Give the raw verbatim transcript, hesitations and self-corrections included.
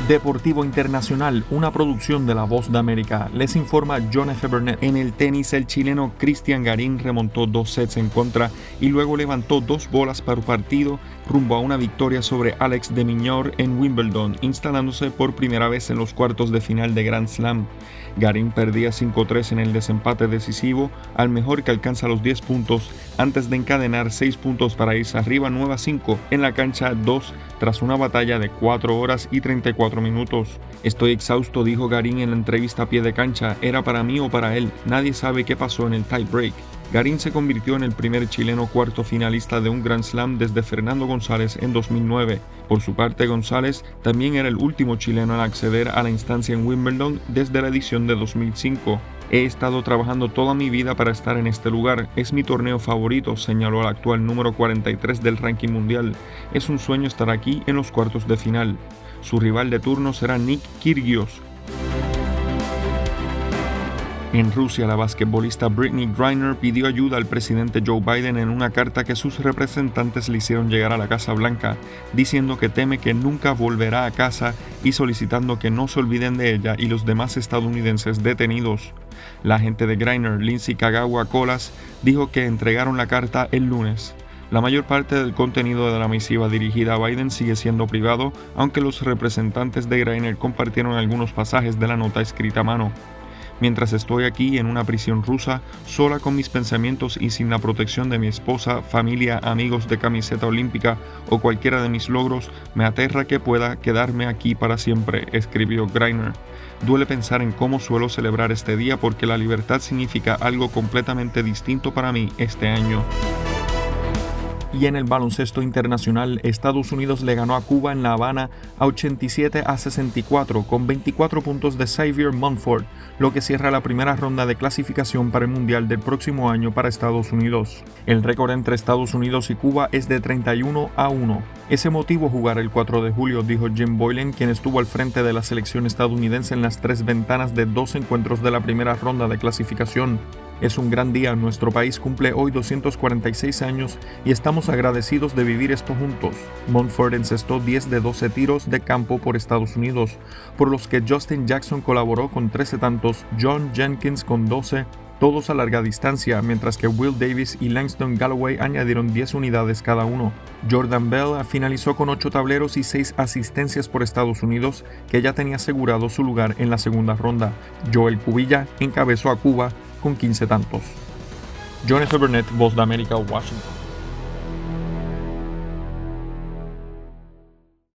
Deportivo Internacional, una producción de La Voz de América. Les informa John F. Burnett. En el tenis, el chileno Cristian Garín remontó dos sets en contra y luego levantó dos bolas por partido rumbo a una victoria sobre Alex de Minaur en Wimbledon, instalándose por primera vez en los cuartos de final de Grand Slam. Garín perdía cinco tres en el desempate decisivo, al mejor que alcanza los diez puntos, antes de encadenar seis puntos para irse arriba nueve a cinco en la cancha dos tras una batalla de cuatro horas y treinta y cuatro minutos. Estoy exhausto, dijo Garín en la entrevista a pie de cancha, era para mí o para él, nadie sabe qué pasó en el tie break. Garín se convirtió en el primer chileno cuarto finalista de un Grand Slam desde Fernando González en dos mil nueve. Por su parte, González también era el último chileno en acceder a la instancia en Wimbledon desde la edición de dos mil cinco. He estado trabajando toda mi vida para estar en este lugar, es mi torneo favorito, señaló el actual número cuarenta y tres del ranking mundial. Es un sueño estar aquí en los cuartos de final. Su rival de turno será Nick Kyrgios. En Rusia, la basquetbolista Brittney Griner pidió ayuda al presidente Joe Biden en una carta que sus representantes le hicieron llegar a la Casa Blanca, diciendo que teme que nunca volverá a casa y solicitando que no se olviden de ella y los demás estadounidenses detenidos. La agente de Griner, Lindsay Kagawa Colas, dijo que entregaron la carta el lunes. La mayor parte del contenido de la misiva dirigida a Biden sigue siendo privado, aunque los representantes de Griner compartieron algunos pasajes de la nota escrita a mano. Mientras estoy aquí en una prisión rusa, sola con mis pensamientos y sin la protección de mi esposa, familia, amigos de camiseta olímpica o cualquiera de mis logros, me aterra que pueda quedarme aquí para siempre, escribió Griner. Duele pensar en cómo suelo celebrar este día porque la libertad significa algo completamente distinto para mí este año. Y en el baloncesto internacional, Estados Unidos le ganó a Cuba en La Habana a ochenta y siete a sesenta y cuatro con veinticuatro puntos de Xavier Munford, lo que cierra la primera ronda de clasificación para el Mundial del próximo año para Estados Unidos. El récord entre Estados Unidos y Cuba es de treinta y uno a uno. Es emotivo jugar el cuatro de julio, dijo Jim Boylan, quien estuvo al frente de la selección estadounidense en las tres ventanas de dos encuentros de la primera ronda de clasificación. Es un gran día, nuestro país cumple hoy doscientos cuarenta y seis años y estamos agradecidos de vivir esto juntos. Munford encestó diez de doce tiros de campo por Estados Unidos, por los que Justin Jackson colaboró con trece tantos, John Jenkins con doce, todos a larga distancia, mientras que Will Davis y Langston Galloway añadieron diez unidades cada uno. Jordan Bell finalizó con ocho tableros y seis asistencias por Estados Unidos, que ya tenía asegurado su lugar en la segunda ronda. Joel Cubilla encabezó a Cuba con quince tantos. John F. Burnett, Voz de América, Washington.